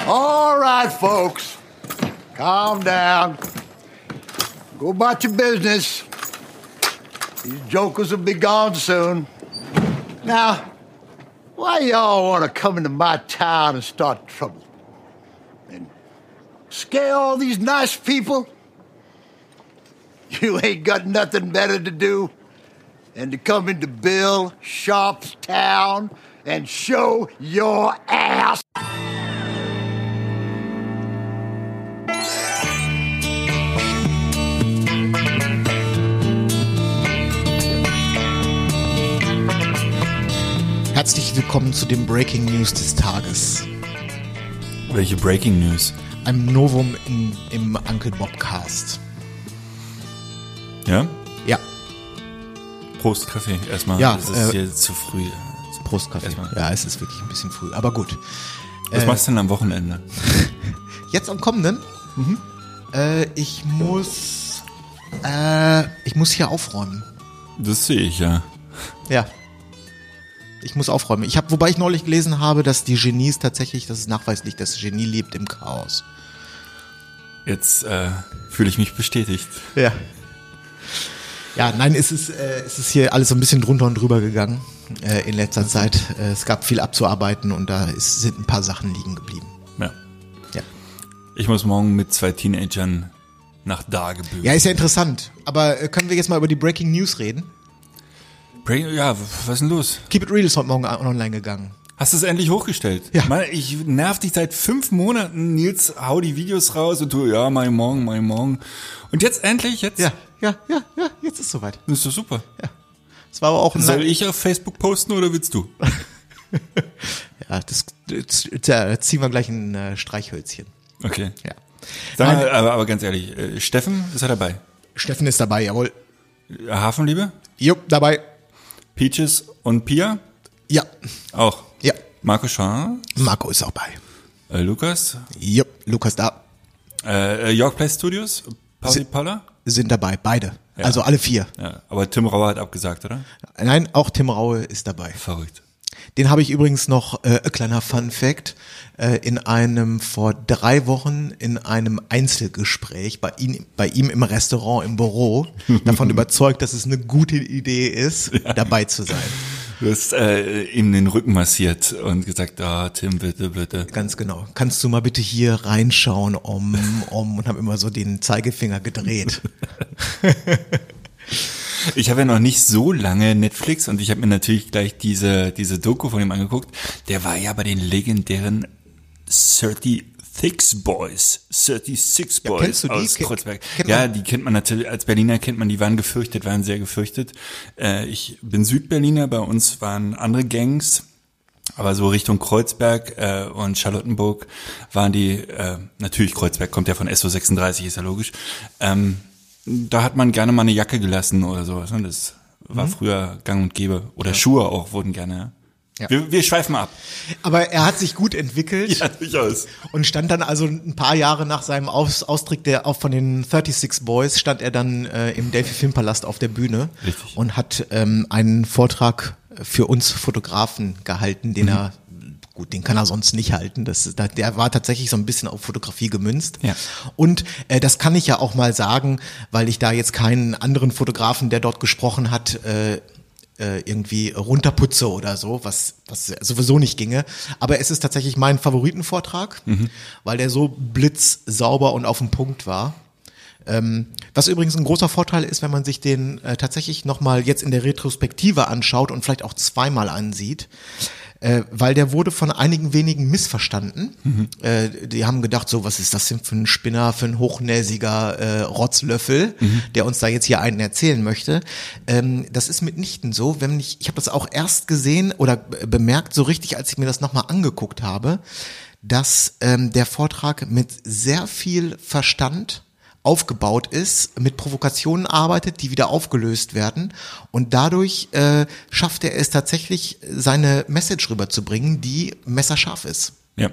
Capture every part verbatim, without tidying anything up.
All right, folks. Calm down. Go about your business. These jokers will be gone soon. Now, why y'all want to come into my town and start trouble? And scare all these nice people? You ain't got nothing better to do than to come into Bill Sharp's town and show your ass. Herzlich willkommen zu dem Breaking News des Tages. Welche Breaking News? Ein Novum in, im Uncle Bob Cast. Ja? Ja. Prost Kaffee erstmal. Ja, es ist äh, hier zu früh. Prost Kaffee. Erstmal. Ja, es ist wirklich ein bisschen früh, aber gut. Was äh, machst du denn am Wochenende? Jetzt am kommenden? Mhm. Äh, ich muss, äh, ich muss hier aufräumen. Das sehe ich, ja. Ja. Ich muss aufräumen. Ich habe, wobei ich neulich gelesen habe, dass die Genies tatsächlich, das ist nachweislich, das Genie lebt im Chaos. Jetzt äh, fühle ich mich bestätigt. Ja. Ja, nein, es ist, äh, es ist hier alles so ein bisschen drunter und drüber gegangen äh, in letzter Zeit. Äh, es gab viel abzuarbeiten und da ist, sind ein paar Sachen liegen geblieben. Ja. Ja. Ich muss morgen mit zwei Teenagern nach Dagebüll. Ja, ist ja interessant. Aber äh, können wir jetzt mal über die Breaking News reden? Break, ja, was ist denn los? Keep It Real ist heute Morgen online gegangen. Hast du es endlich hochgestellt? Ja. Mann, ich nerv dich seit fünf Monaten. Nils, hau die Videos raus und du, ja, mein Morgen, mein Morgen. Und jetzt endlich, jetzt? Ja, ja, ja, ja, jetzt ist soweit. Das ist doch super. Ja. Das war aber auch ein Soll ich auf Facebook posten oder willst du? Ja, das, das, da ziehen wir gleich ein äh, Streichhölzchen. Okay. Ja. Sag Nein. mal, aber, aber ganz ehrlich, äh, Steffen, ist er dabei? Steffen ist dabei, jawohl. Hafenliebe? Jupp, dabei. Peaches und Pia? Ja. Auch. Ja. Marco Schar? Marco ist auch bei. Äh, Lukas? Jupp, Lukas da. Äh, York Play Studios? Pauli Si- Paula? Sind dabei, beide. Ja. Also alle vier. Ja, aber Tim Rauer hat abgesagt, oder? Nein, auch Tim Raue ist dabei. Verrückt. Den habe ich übrigens noch, äh, kleiner Fun Fact, äh, in einem, vor drei Wochen in einem Einzelgespräch bei ihm, bei ihm im Restaurant, im Büro, davon überzeugt, dass es eine gute Idee ist, ja. dabei zu sein. Du hast äh, ihm den Rücken massiert und gesagt, ah, Tim, bitte, bitte. Ganz genau. Kannst du mal bitte hier reinschauen, um, um, und habe immer so den Zeigefinger gedreht. Ich habe ja noch nicht so lange Netflix und ich habe mir natürlich gleich diese diese Doku von ihm angeguckt. Der war ja bei den legendären thirty-six Boys, thirty-six Boys ja, kennst du die? aus Ken- Kreuzberg. kennt Ja, man? die kennt man natürlich, als Berliner kennt man, die waren gefürchtet, waren sehr gefürchtet. Äh, ich bin Südberliner, bei uns waren andere Gangs, aber so Richtung Kreuzberg äh, und Charlottenburg waren die, äh, natürlich Kreuzberg kommt ja von S O sechsunddreißig, ist ja logisch, ähm, da hat man gerne mal eine Jacke gelassen oder sowas. Ne? Das war mhm. früher gang und gäbe. Oder ja. Schuhe auch wurden gerne. Ja? Ja. Wir, wir schweifen ab. Aber er hat sich gut entwickelt. Ja, durchaus. Und stand dann also ein paar Jahre nach seinem Aus, Austritt der, auch von den thirty-six Boys, stand er dann äh, im Delphi Filmpalast auf der Bühne. Richtig. Und hat ähm, einen Vortrag für uns Fotografen gehalten, den mhm. er Gut, den kann er sonst nicht halten. Das, der war tatsächlich so ein bisschen auf Fotografie gemünzt. Ja. Und äh, das kann ich ja auch mal sagen, weil ich da jetzt keinen anderen Fotografen, der dort gesprochen hat, äh, äh, irgendwie runterputze oder so, was, was sowieso nicht ginge. Aber es ist tatsächlich mein Favoritenvortrag, mhm. weil der so blitzsauber und auf den Punkt war. Ähm, was übrigens ein großer Vorteil ist, wenn man sich den äh, tatsächlich nochmal jetzt in der Retrospektive anschaut und vielleicht auch zweimal ansieht. Äh, weil der wurde von einigen wenigen missverstanden. Mhm. Äh, die haben gedacht, so, was ist das denn für ein Spinner, für ein hochnäsiger äh, Rotzlöffel, mhm. der uns da jetzt hier einen erzählen möchte. Ähm, das ist mitnichten so. Wenn ich, ich habe das auch erst gesehen oder bemerkt, so richtig, als ich mir das nochmal angeguckt habe, dass ähm, der Vortrag mit sehr viel Verstand aufgebaut ist, mit Provokationen arbeitet, die wieder aufgelöst werden und dadurch äh, schafft er es tatsächlich, seine Message rüberzubringen, die messerscharf ist. Ja.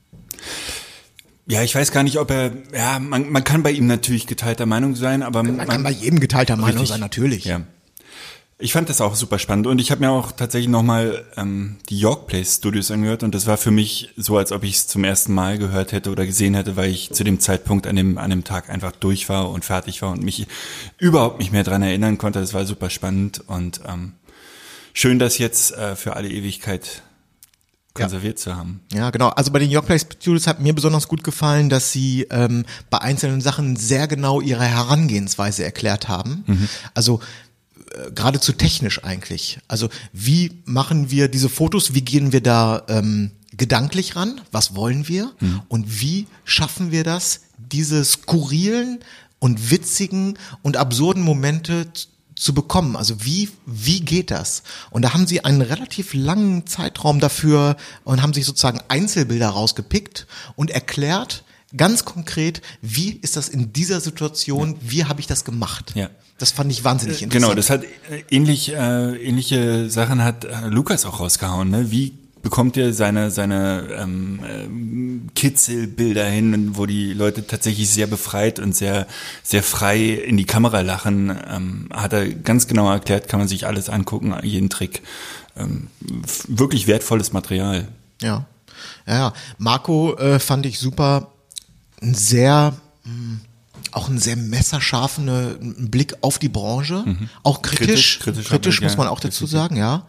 Ja, ich weiß gar nicht, ob er, ja, man, man kann bei ihm natürlich geteilter Meinung sein, aber man, man kann bei jedem geteilter Meinung richtig, sein, natürlich. Ja. Ich fand das auch super spannend und ich habe mir auch tatsächlich nochmal ähm, die York Place Studios angehört und das war für mich so, als ob ich es zum ersten Mal gehört hätte oder gesehen hätte, weil ich zu dem Zeitpunkt an dem an dem Tag einfach durch war und fertig war und mich überhaupt nicht mehr dran erinnern konnte. Das war super spannend und ähm, schön, das jetzt äh, für alle Ewigkeit konserviert ja. zu haben. Ja, genau. Also bei den York Place Studios hat mir besonders gut gefallen, dass sie ähm, bei einzelnen Sachen sehr genau ihre Herangehensweise erklärt haben. Mhm. Also geradezu technisch eigentlich. Also wie machen wir diese Fotos, wie gehen wir da ähm, gedanklich ran, was wollen wir mhm. und wie schaffen wir das, diese skurrilen und witzigen und absurden Momente zu, zu bekommen. Also wie wie geht das? Und da haben sie einen relativ langen Zeitraum dafür und haben sich sozusagen Einzelbilder rausgepickt und erklärt, ganz konkret, wie ist das in dieser Situation, ja. wie habe ich das gemacht? Ja. Das fand ich wahnsinnig interessant. Genau, das hat ähnlich äh, ähnliche Sachen hat äh, Lukas auch rausgehauen. Ne? Wie bekommt ihr seine seine ähm, äh, Kitzelbilder hin, wo die Leute tatsächlich sehr befreit und sehr sehr frei in die Kamera lachen? Ähm, hat er ganz genau erklärt, kann man sich alles angucken, jeden Trick. Ähm, f- wirklich wertvolles Material. Ja, ja, ja. Marco äh, fand ich super. Ein sehr, mh, auch ein sehr messerscharfen Blick auf die Branche, mhm. auch kritisch, kritisch, kritisch, kritisch muss man auch dazu sagen, ja.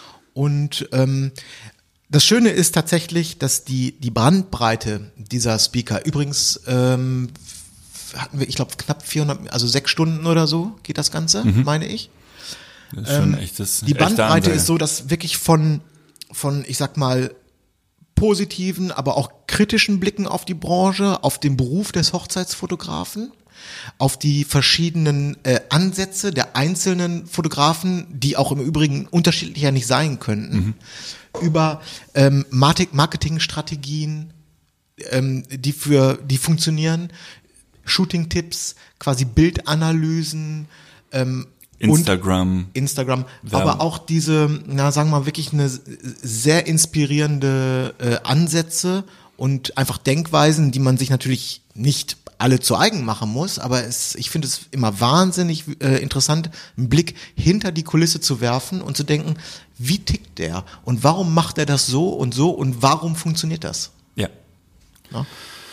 Und ähm, das Schöne ist tatsächlich, dass die die Bandbreite dieser Speaker, übrigens ähm, hatten wir, ich glaube knapp vierhundert, also sechs Stunden oder so geht das Ganze, mhm. meine ich. Das ist schon ähm, echtes, die Bandbreite ist so, dass wirklich von von, ich sag mal, positiven, aber auch kritischen Blicken auf die Branche, auf den Beruf des Hochzeitsfotografen, auf die verschiedenen äh, Ansätze der einzelnen Fotografen, die auch im Übrigen unterschiedlicher nicht sein könnten, mhm. über ähm, Marketingstrategien, ähm, die für die funktionieren, Shooting-Tipps, quasi Bildanalysen, ähm, Instagram. Instagram, Werbung. Aber auch diese, na sagen wir mal, wirklich eine sehr inspirierende äh, Ansätze und einfach Denkweisen, die man sich natürlich nicht alle zu eigen machen muss, aber es, ich finde es immer wahnsinnig äh, interessant, einen Blick hinter die Kulisse zu werfen und zu denken, wie tickt der und warum macht er das so und so und warum funktioniert das? Ja. Ja,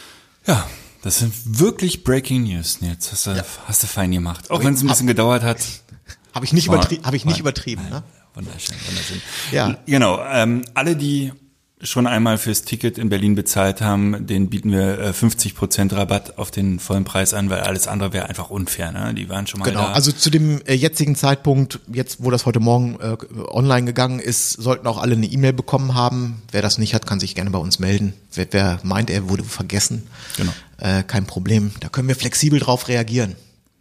ja. Das sind wirklich Breaking News. Jetzt hast du, ja. hast du fein gemacht. Auch wenn es ein bisschen gedauert hat. Habe ich nicht, übertrie- hab ich nicht übertrieben. Nein, ne? Wunderschön, wunderschön. Ja. Genau. Ähm, alle, die schon einmal fürs Ticket in Berlin bezahlt haben, denen bieten wir äh, fünfzig Prozent Rabatt auf den vollen Preis an, weil alles andere wäre einfach unfair. Ne? Die waren schon mal genau, da. Also zu dem äh, jetzigen Zeitpunkt, jetzt wo das heute Morgen äh, online gegangen ist, sollten auch alle eine E-Mail bekommen haben. Wer das nicht hat, kann sich gerne bei uns melden. Wer, wer meint, er wurde vergessen, genau. äh, kein Problem. Da können wir flexibel drauf reagieren.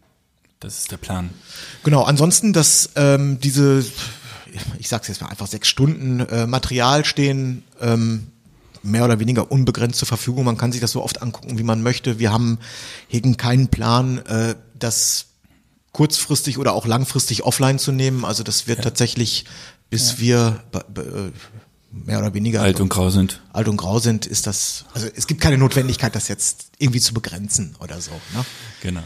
Das ist der Plan. Genau, ansonsten, dass ähm, diese, ich sag's jetzt mal einfach, sechs Stunden äh, Material stehen ähm, mehr oder weniger unbegrenzt zur Verfügung. Man kann sich das so oft angucken, wie man möchte. Wir haben hegen keinen Plan, äh, das kurzfristig oder auch langfristig offline zu nehmen. Also das wird ja. tatsächlich, bis ja. wir b- b- mehr oder weniger alt und grau sind. Alt und grau sind, ist das, also es gibt keine Notwendigkeit, das jetzt irgendwie zu begrenzen oder so. Ne? Genau.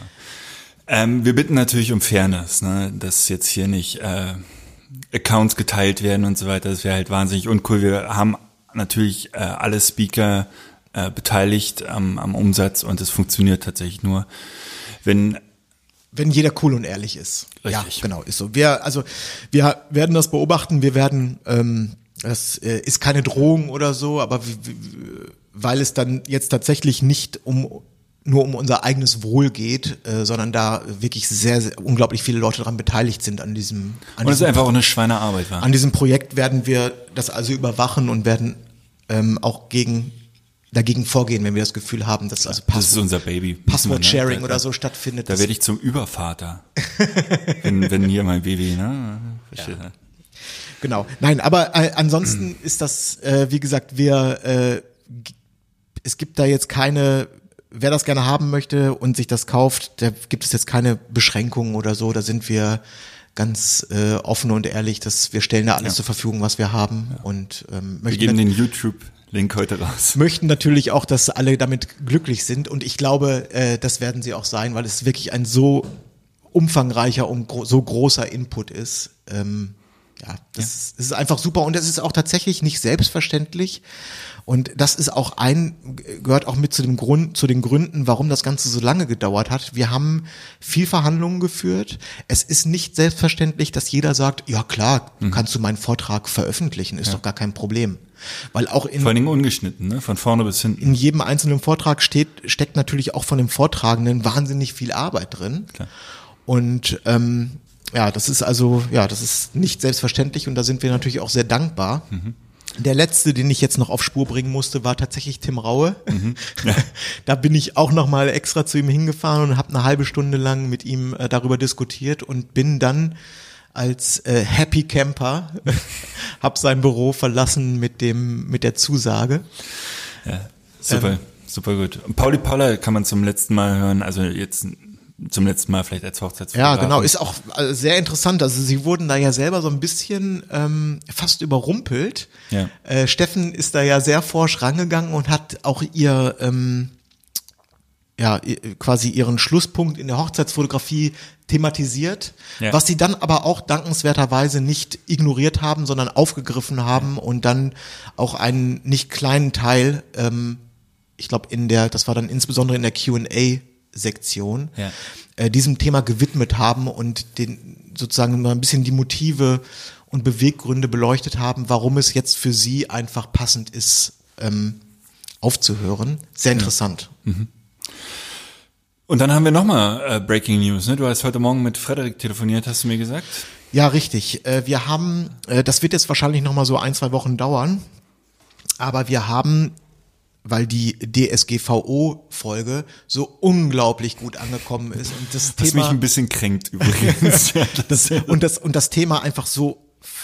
Ähm, wir bitten natürlich um Fairness, ne? Dass jetzt hier nicht äh, Accounts geteilt werden und so weiter. Das wäre halt wahnsinnig uncool. Wir haben natürlich äh, alle Speaker äh, beteiligt am, am Umsatz und es funktioniert tatsächlich nur, wenn wenn jeder cool und ehrlich ist. Richtig. Ja, genau, ist so. Wir also wir werden das beobachten. Wir werden ähm, das äh, ist keine Drohung oder so, aber w- w- weil es dann jetzt tatsächlich nicht um nur um unser eigenes Wohl geht, äh, sondern da wirklich sehr, sehr unglaublich viele Leute daran beteiligt sind an diesem an und es diesem, einfach auch eine Schweinearbeit war. An diesem Projekt werden wir das also überwachen und werden ähm, auch gegen dagegen vorgehen, wenn wir das Gefühl haben, dass also Passwort, das ist unser Baby. Passwort-Sharing ne? oder so stattfindet. Da werde ich zum Übervater, wenn, wenn hier mein Baby, ne? Verstehe. Ja. Genau. Nein, aber äh, ansonsten ist das, äh, wie gesagt, wir äh, g- es gibt da jetzt keine, wer das gerne haben möchte und sich das kauft, da gibt es jetzt keine Beschränkungen oder so. Da sind wir ganz äh, offen und ehrlich, dass wir stellen da alles ja. zur Verfügung, was wir haben ja. und ähm, möchten wir geben den YouTube-Link heute raus. Möchten natürlich auch, dass alle damit glücklich sind und ich glaube, äh, das werden sie auch sein, weil es wirklich ein so umfangreicher und gro- so großer Input ist. Ähm, ja, das, das ist einfach super und es ist auch tatsächlich nicht selbstverständlich. Und das ist auch ein, gehört auch mit zu dem Grund, zu den Gründen, warum das Ganze so lange gedauert hat. Wir haben viel Verhandlungen geführt. Es ist nicht selbstverständlich, dass jeder sagt, ja klar, mhm. kannst du meinen Vortrag veröffentlichen, ist ja. doch gar kein Problem. Weil auch in, vor allen Dingen ungeschnitten, ne? Von vorne bis hinten. In jedem einzelnen Vortrag steht, steckt natürlich auch von dem Vortragenden wahnsinnig viel Arbeit drin. Klar. Und, ähm, ja, das ist also, ja, das ist nicht selbstverständlich und da sind wir natürlich auch sehr dankbar. Mhm. Der letzte, den ich jetzt noch auf Spur bringen musste, war tatsächlich Tim Raue. Mhm. Ja. Da bin ich auch noch mal extra zu ihm hingefahren und habe eine halbe Stunde lang mit ihm äh, darüber diskutiert und bin dann als äh, Happy Camper habe sein Büro verlassen mit dem mit der Zusage. Ja, super, ähm, super gut. Und Pauli Poller kann man zum letzten Mal hören, also jetzt zum letzten Mal vielleicht als Hochzeitsfotograf. Ja, genau, ist auch sehr interessant. Also sie wurden da ja selber so ein bisschen ähm, fast überrumpelt. Ja. Äh, Steffen ist da ja sehr forsch rangegangen und hat auch ihr ähm, ja quasi ihren Schlusspunkt in der Hochzeitsfotografie thematisiert, ja. was sie dann aber auch dankenswerterweise nicht ignoriert haben, sondern aufgegriffen haben ja. und dann auch einen nicht kleinen Teil, ähm, ich glaube in der, das war dann insbesondere in der Q and A Sektion, ja. äh, diesem Thema gewidmet haben und den sozusagen mal ein bisschen die Motive und Beweggründe beleuchtet haben, warum es jetzt für sie einfach passend ist, ähm, aufzuhören. Sehr interessant. Ja. Mhm. Und dann haben wir nochmal äh, Breaking News, ne? Du hast heute Morgen mit Frederik telefoniert, hast du mir gesagt? Ja, richtig. Äh, wir haben, äh, das wird jetzt wahrscheinlich nochmal so ein, zwei Wochen dauern, aber wir haben, weil die D S G V O-Folge so unglaublich gut angekommen ist und das Was Thema mich ein bisschen kränkt übrigens. Ja, das, und das und das Thema einfach so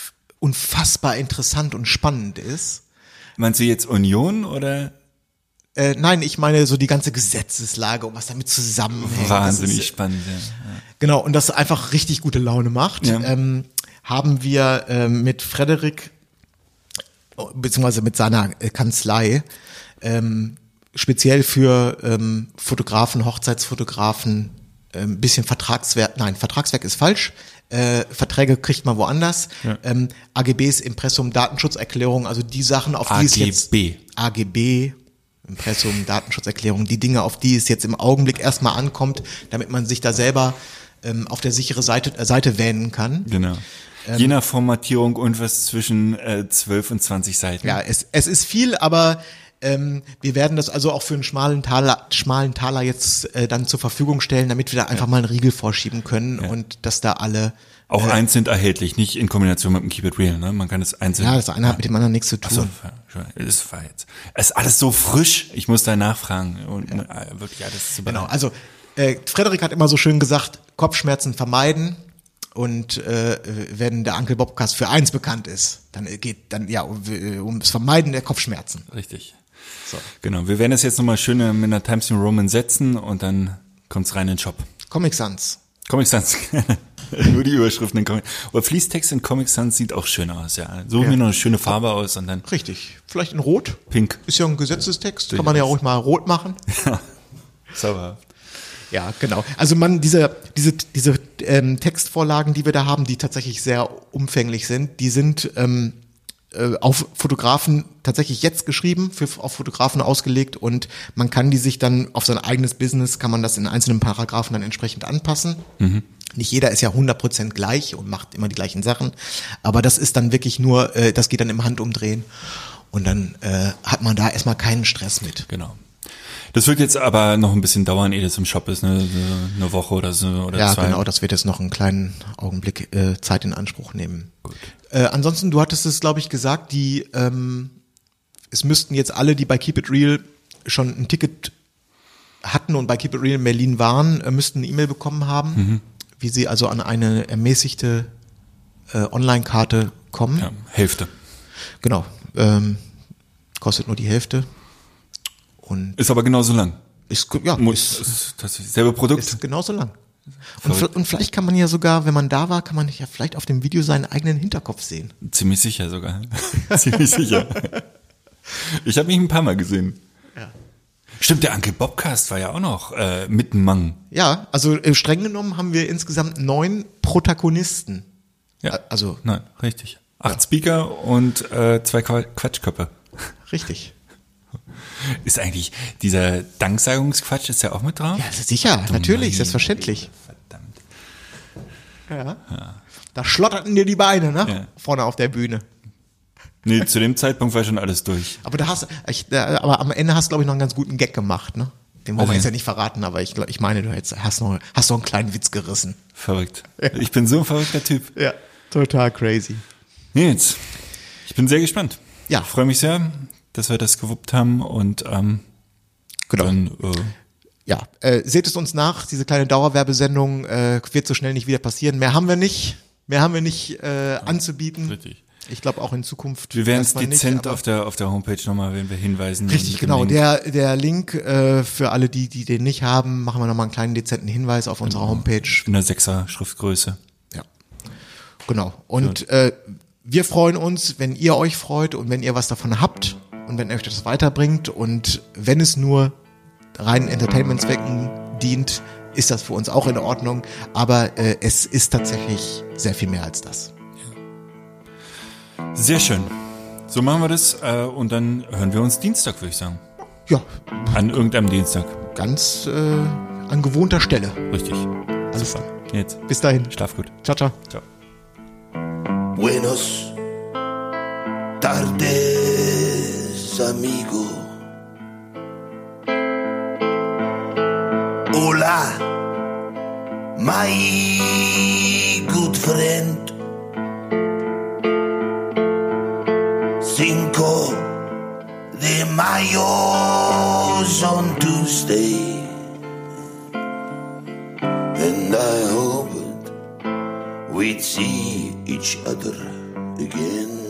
unfassbar interessant und spannend ist. Meinst du jetzt Union oder? Äh, nein, ich meine so die ganze Gesetzeslage und was damit zusammenhängt. Wahnsinnig ist, spannend, ja. ja. Genau, und das einfach richtig gute Laune macht. Ja. Ähm, haben wir ähm, mit Frederik beziehungsweise mit seiner Kanzlei Ähm, speziell für ähm, Fotografen, Hochzeitsfotografen, ein ähm, bisschen Vertragswerk, nein, Vertragswerk ist falsch, äh, Verträge kriegt man woanders, ja. ähm, A G Bs, Impressum, Datenschutzerklärung, also die Sachen, auf die es jetzt... A G B. A G B, Impressum, Datenschutzerklärung, die Dinge, auf die es jetzt im Augenblick erstmal ankommt, damit man sich da selber ähm, auf der sichere Seite, äh, Seite wähnen kann. Genau. Ähm, Je nach Formatierung und was zwischen äh, zwölf und zwanzig Seiten. Ja, es, es ist viel, aber... Ähm, wir werden das also auch für einen schmalen Taler, schmalen Taler jetzt äh, dann zur Verfügung stellen, damit wir da einfach ja. mal einen Riegel vorschieben können ja. und dass da alle... Auch äh, einzeln erhältlich, nicht in Kombination mit dem Keep It Real, ne? Man kann das einzeln... Ja, das eine ja. hat mit dem anderen nichts zu tun. Ach so, es war jetzt... Es ist alles so frisch, ich muss da nachfragen und ja. wirklich alles zu benennen. Genau, also äh, Frederik hat immer so schön gesagt, Kopfschmerzen vermeiden. Und äh, wenn der Uncle Bobcast für eins bekannt ist, dann geht dann ja um, um das Vermeiden der Kopfschmerzen. Richtig. So. Genau, wir werden das jetzt nochmal schön mit einer Times New Roman setzen und dann kommt's rein in den Shop. Comic Sans. Comic Sans. Nur die Überschriften in Comic. Aber Fließtext in Comic Sans sieht auch schön aus, ja. Suchen ja. wir noch eine schöne Farbe aus und dann. Richtig. Vielleicht in Rot. Pink. Ist ja ein Gesetzestext. Kann man ja ruhig mal rot machen. Ja. Sauberhaft. Ja, genau. Also man, diese, diese, diese ähm, Textvorlagen, die wir da haben, die tatsächlich sehr umfänglich sind, die sind ähm, äh, auf Fotografen tatsächlich jetzt geschrieben, für, auf Fotografen ausgelegt und man kann die sich dann auf sein eigenes Business, kann man das in einzelnen Paragraphen dann entsprechend anpassen. Mhm. Nicht jeder ist ja hundert Prozent gleich und macht immer die gleichen Sachen, aber das ist dann wirklich nur, äh, das geht dann im Handumdrehen und dann äh, hat man da erstmal keinen Stress mit. Genau. Das wird jetzt aber noch ein bisschen dauern, ehe das im Shop ist, ne? Eine Woche oder so oder ja, zwei. Ja, genau, das wird jetzt noch einen kleinen Augenblick äh, Zeit in Anspruch nehmen. Gut. Äh, ansonsten, du hattest es, glaube ich, gesagt, die ähm, es müssten jetzt alle, die bei Keep It Real schon ein Ticket hatten und bei Keep It Real in Berlin waren, äh, müssten eine E-Mail bekommen haben, mhm. wie sie also an eine ermäßigte äh, Online-Karte kommen. Ja, Hälfte. Genau, ähm, kostet nur die Hälfte. Und ist aber genauso lang. Ist, ja, Muss, ist, ist tatsächlich selbe Produkt. Ist genauso lang. Und, und vielleicht kann man ja sogar, wenn man da war, kann man ja vielleicht auf dem Video seinen eigenen Hinterkopf sehen. Ziemlich sicher sogar. Ziemlich sicher. Ich habe mich ein paar Mal gesehen. Ja. Stimmt, der Uncle Bobcast war ja auch noch äh, mit Mang. Ja, also äh, streng genommen haben wir insgesamt neun Protagonisten. Ja, Ä- Also, nein, richtig. Acht Speaker und äh, zwei Qua- Quatschköpfe. richtig. Ist eigentlich dieser Danksagungsquatsch, ist der auch mit drauf? Ja, sicher, natürlich, meine selbstverständlich. Verdammt. Ja. Da schlotterten dir die Beine, ne? Ja. Vorne auf der Bühne. Nee, zu dem Zeitpunkt war schon alles durch. Aber du hast, ich, äh, aber am Ende hast du, glaube ich, noch einen ganz guten Gag gemacht, ne? Den wollen wir Okay. jetzt ja nicht verraten, aber ich, glaub- ich meine, du hättest, hast noch, hast noch einen kleinen Witz gerissen. Verrückt. Ich bin so ein verrückter Typ. Ja, total crazy. Nils, ich bin sehr gespannt. Ja. Ich freue mich sehr, dass wir das gewuppt haben und ähm, Genau. dann äh, Ja, äh, seht es uns nach, diese kleine Dauerwerbesendung äh, wird so schnell nicht wieder passieren. Mehr haben wir nicht, mehr haben wir nicht äh, anzubieten. richtig. Ich glaube auch in Zukunft. Wir werden es erstmal nicht, dezent aber- auf der auf der Homepage nochmal, wenn wir hinweisen. Richtig, mit dem genau. Link. Der, der Link äh, für alle, die, die den nicht haben, machen wir nochmal einen kleinen dezenten Hinweis auf unserer Homepage. in der sechser Schriftgröße. Ja, genau. Und äh, wir freuen uns, wenn ihr euch freut und wenn ihr was davon habt und wenn euch das weiterbringt und wenn es nur reinen Entertainment-Zwecken dient, ist das für uns auch in Ordnung. Aber äh, es ist tatsächlich sehr viel mehr als das. Sehr schön. So machen wir das äh, und dann hören wir uns Dienstag, würde ich sagen. Ja, An irgendeinem Dienstag. ganz äh, an gewohnter Stelle. Richtig. Alles klar. Jetzt. Bis dahin. Schlaf gut. Ciao, ciao. Ciao. Buenos tardes, amigo. Hola, my good friend. Cinco de Mayo's on Tuesday, and I hoped we'd see each other again.